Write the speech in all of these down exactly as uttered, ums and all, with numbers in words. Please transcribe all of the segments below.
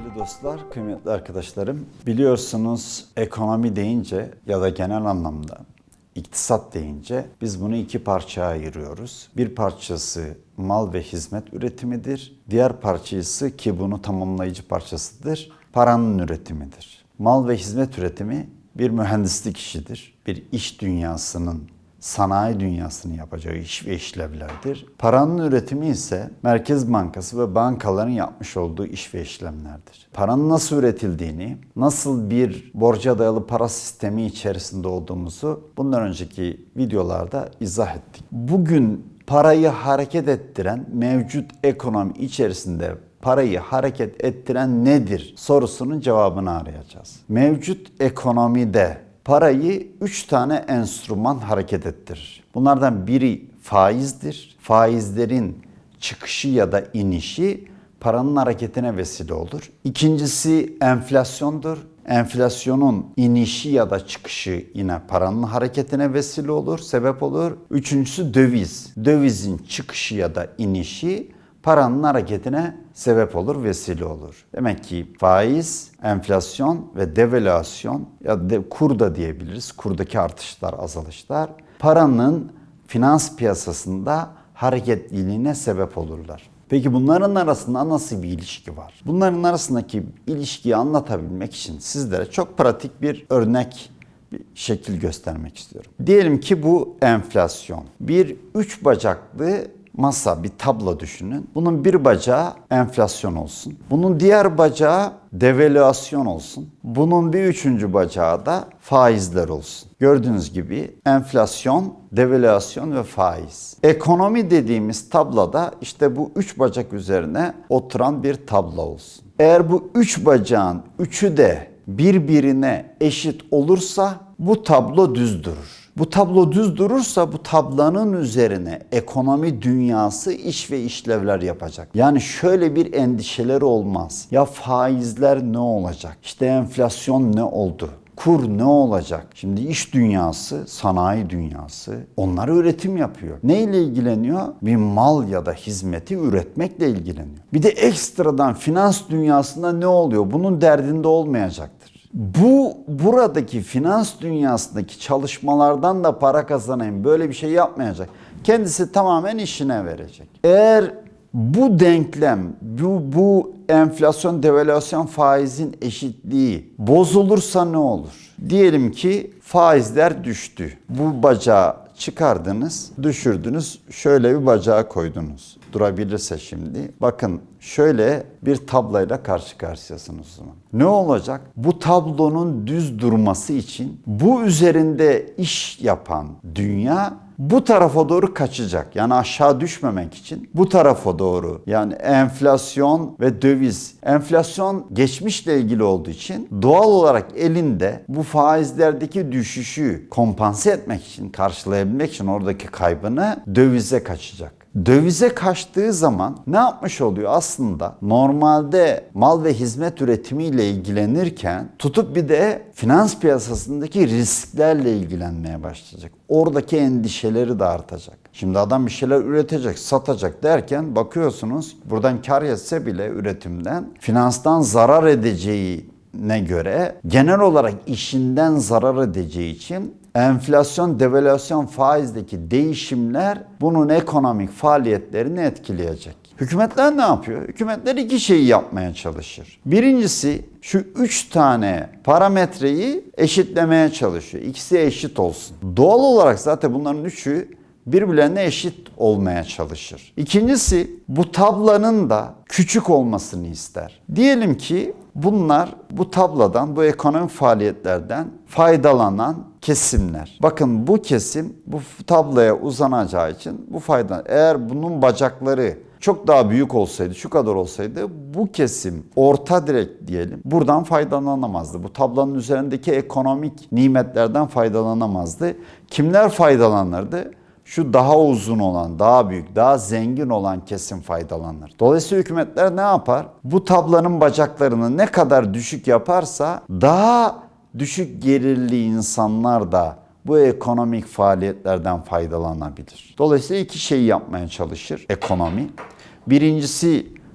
Değerli dostlar, kıymetli arkadaşlarım, biliyorsunuz ekonomi deyince ya da genel anlamda iktisat deyince biz bunu iki parçaya ayırıyoruz. Bir parçası mal ve hizmet üretimidir. Diğer parçası ki bunu tamamlayıcı parçasıdır, paranın üretimidir. Mal ve hizmet üretimi bir mühendislik işidir. Bir iş dünyasının, sanayi dünyasının yapacağı iş ve işlevlerdir. Paranın üretimi ise Merkez Bankası ve bankaların yapmış olduğu iş ve işlemlerdir. Paranın nasıl üretildiğini, nasıl bir borca dayalı para sistemi içerisinde olduğumuzu bundan önceki videolarda izah ettik. Bugün parayı hareket ettiren, mevcut ekonomi içerisinde parayı hareket ettiren nedir sorusunun cevabını arayacağız. Mevcut ekonomide parayı üç tane enstrüman hareket ettirir. Bunlardan biri faizdir. Faizlerin çıkışı ya da inişi paranın hareketine vesile olur. İkincisi enflasyondur. Enflasyonun inişi ya da çıkışı yine paranın hareketine vesile olur, sebep olur. Üçüncüsü döviz. Dövizin çıkışı ya da inişi paranın hareketine sebep olur, vesile olur. Demek ki faiz, enflasyon ve devalüasyon ya da kur da diyebiliriz. Kurdaki artışlar, azalışlar paranın finans piyasasında hareketliliğine sebep olurlar. Peki bunların arasında nasıl bir ilişki var? Bunların arasındaki ilişkiyi anlatabilmek için sizlere çok pratik bir örnek bir şekil göstermek istiyorum. Diyelim ki bu enflasyon. Bir üç bacaklı masa, bir tablo düşünün. Bunun bir bacağı enflasyon olsun. Bunun diğer bacağı devalüasyon olsun. Bunun bir üçüncü bacağı da faizler olsun. Gördüğünüz gibi enflasyon, devalüasyon ve faiz. Ekonomi dediğimiz tabloda işte bu üç bacak üzerine oturan bir tablo olsun. Eğer bu üç bacağın üçü de birbirine eşit olursa bu tablo düz durur. Bu tablo düz durursa bu tablonun üzerine ekonomi dünyası iş ve işlevler yapacak. Yani şöyle bir endişeleri olmaz. Ya faizler ne olacak? İşte enflasyon ne oldu? Kur ne olacak? Şimdi iş dünyası, sanayi dünyası onlar üretim yapıyor. Neyle ilgileniyor? Bir mal ya da hizmeti üretmekle ilgileniyor. Bir de ekstradan finans dünyasında ne oluyor? Bunun derdinde olmayacaktır. Bu buradaki finans dünyasındaki çalışmalardan da para kazanayım, böyle bir şey yapmayacak. Kendisi tamamen işine verecek. Eğer bu denklem, bu, bu enflasyon, devalüasyon, faizin eşitliği bozulursa ne olur? Diyelim ki faizler düştü. Bu bacağı çıkardınız, düşürdünüz, şöyle bir bacağı koydunuz. Durabilirse şimdi. Bakın şöyle bir tabloyla karşı karşıyasınız o zaman. Ne olacak? Bu tablonun düz durması için bu üzerinde iş yapan dünya bu tarafa doğru kaçacak. Yani aşağı düşmemek için bu tarafa doğru. Yani enflasyon ve döviz. Enflasyon geçmişle ilgili olduğu için doğal olarak elinde bu faizlerdeki düşüşü kompanse etmek için, karşılayabilmek için oradaki kaybını dövize kaçacak. Dövize kaçtığı zaman ne yapmış oluyor? Aslında normalde mal ve hizmet üretimiyle ilgilenirken tutup bir de finans piyasasındaki risklerle ilgilenmeye başlayacak. Oradaki endişeleri de artacak. Şimdi adam bir şeyler üretecek, satacak derken bakıyorsunuz buradan kar etse bile üretimden finanstan zarar edeceğine göre genel olarak işinden zarar edeceği için enflasyon, devalüasyon, faizdeki değişimler bunun ekonomik faaliyetlerini etkileyecek. Hükümetler ne yapıyor? Hükümetler iki şeyi yapmaya çalışır. Birincisi şu üç tane parametreyi eşitlemeye çalışıyor. İkisi eşit olsun. Doğal olarak zaten bunların üçü birbirlerine eşit olmaya çalışır. İkincisi bu tablonun da küçük olmasını ister. Diyelim ki bunlar bu tablodan, bu ekonomik faaliyetlerden faydalanan kesimler. Bakın bu kesim bu tabloya uzanacağı için bu fayda. Eğer bunun bacakları çok daha büyük olsaydı, şu kadar olsaydı bu kesim orta direk diyelim buradan faydalanamazdı. Bu tablonun üzerindeki ekonomik nimetlerden faydalanamazdı. Kimler faydalanırdı? Şu daha uzun olan, daha büyük, daha zengin olan kesim faydalanır. Dolayısıyla hükümetler ne yapar? Bu tablonun bacaklarını ne kadar düşük yaparsa daha düşük gelirli insanlar da bu ekonomik faaliyetlerden faydalanabilir. Dolayısıyla iki şeyi yapmaya çalışır ekonomi. Birincisi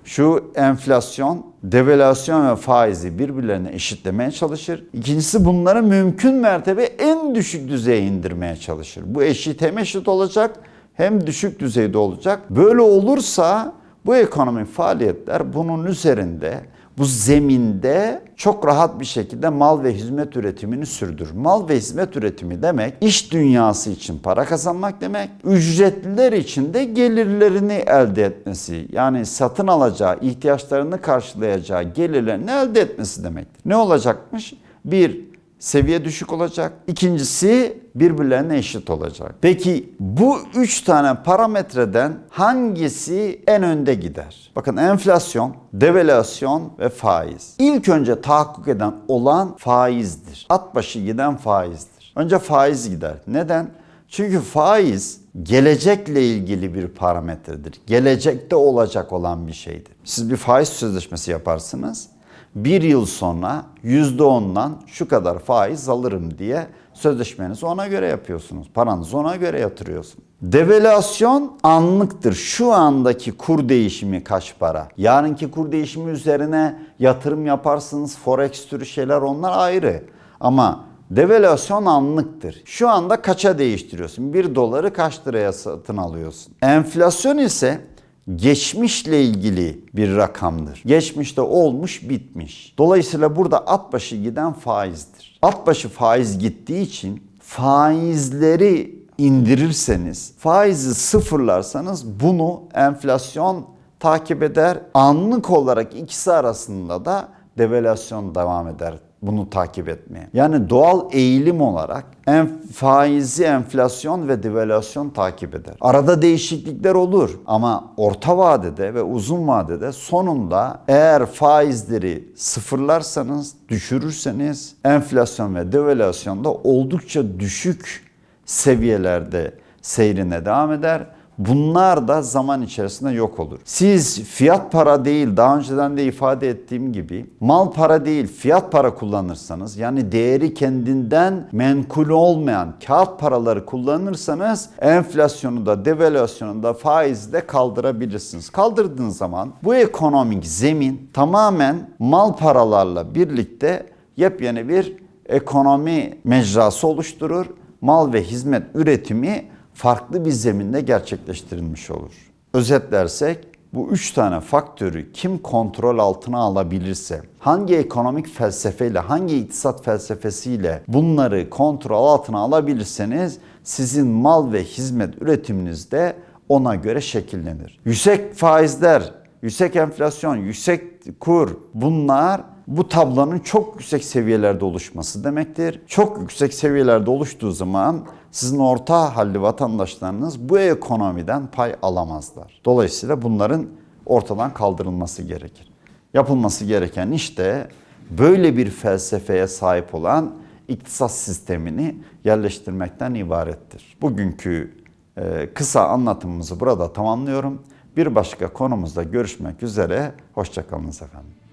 şu enflasyon, devalüasyon ve faizi birbirlerine eşitlemeye çalışır. İkincisi bunları mümkün mertebe en düşük düzeye indirmeye çalışır. Bu eşit hem eşit olacak hem düşük düzeyde olacak. Böyle olursa bu ekonomik faaliyetler bunun üzerinde, bu zeminde çok rahat bir şekilde mal ve hizmet üretimini sürdürür. Mal ve hizmet üretimi demek iş dünyası için para kazanmak demek, ücretliler için de gelirlerini elde etmesi, yani satın alacağı, ihtiyaçlarını karşılayacağı gelirlerini elde etmesi demektir. Ne olacakmış? Bir, seviye düşük olacak. İkincisi birbirlerine eşit olacak. Peki bu üç tane parametreden hangisi en önde gider? Bakın enflasyon, devalüasyon ve faiz. İlk önce tahakkuk eden olan faizdir. At başı giden faizdir. Önce faiz gider. Neden? Çünkü faiz gelecekle ilgili bir parametredir. Gelecekte olacak olan bir şeydir. Siz bir faiz sözleşmesi yaparsınız. Bir yıl sonra yüzde ondan şu kadar faiz alırım diye sözleşmenizi ona göre yapıyorsunuz. Paranızı ona göre yatırıyorsunuz. Devalüasyon anlıktır. Şu andaki kur değişimi kaç para? Yarınki kur değişimi üzerine yatırım yaparsınız. Forex türü şeyler, onlar ayrı. Ama devalüasyon anlıktır. Şu anda kaça değiştiriyorsun? Bir doları kaç liraya satın alıyorsun? Enflasyon ise geçmişle ilgili bir rakamdır. Geçmişte olmuş, bitmiş. Dolayısıyla burada at başı giden faizdir. At başı faiz gittiği için faizleri indirirseniz, faizi sıfırlarsanız bunu enflasyon takip eder. Anlık olarak ikisi arasında da devalüasyon devam eder bunu takip etmeye. Yani doğal eğilim olarak en faizi enflasyon ve devalüasyon takip eder. Arada değişiklikler olur ama orta vadede ve uzun vadede sonunda eğer faizleri sıfırlarsanız, düşürürseniz enflasyon ve devalüasyon da oldukça düşük seviyelerde seyrine devam eder. Bunlar da zaman içerisinde yok olur. Siz fiyat para değil, daha önceden de ifade ettiğim gibi mal para değil, fiyat para kullanırsanız, yani değeri kendinden menkul olmayan kağıt paraları kullanırsanız enflasyonu da devalüasyonu da faizi de kaldırabilirsiniz. Kaldırdığınız zaman bu ekonomik zemin tamamen mal paralarla birlikte yepyeni bir ekonomi mecrası oluşturur. Mal ve hizmet üretimi farklı bir zeminde gerçekleştirilmiş olur. Özetlersek bu üç tane faktörü kim kontrol altına alabilirse, hangi ekonomik felsefeyle, hangi iktisat felsefesiyle bunları kontrol altına alabilirseniz sizin mal ve hizmet üretiminiz de ona göre şekillenir. Yüksek faizler, yüksek enflasyon, yüksek kur, bunlar bu tablonun çok yüksek seviyelerde oluşması demektir. Çok yüksek seviyelerde oluştuğu zaman sizin orta halli vatandaşlarınız bu ekonomiden pay alamazlar. Dolayısıyla bunların ortadan kaldırılması gerekir. Yapılması gereken iş de böyle bir felsefeye sahip olan iktisat sistemini yerleştirmekten ibarettir. Bugünkü e, kısa anlatımımızı burada tamamlıyorum. Bir başka konumuzda görüşmek üzere. Hoşça kalınız efendim.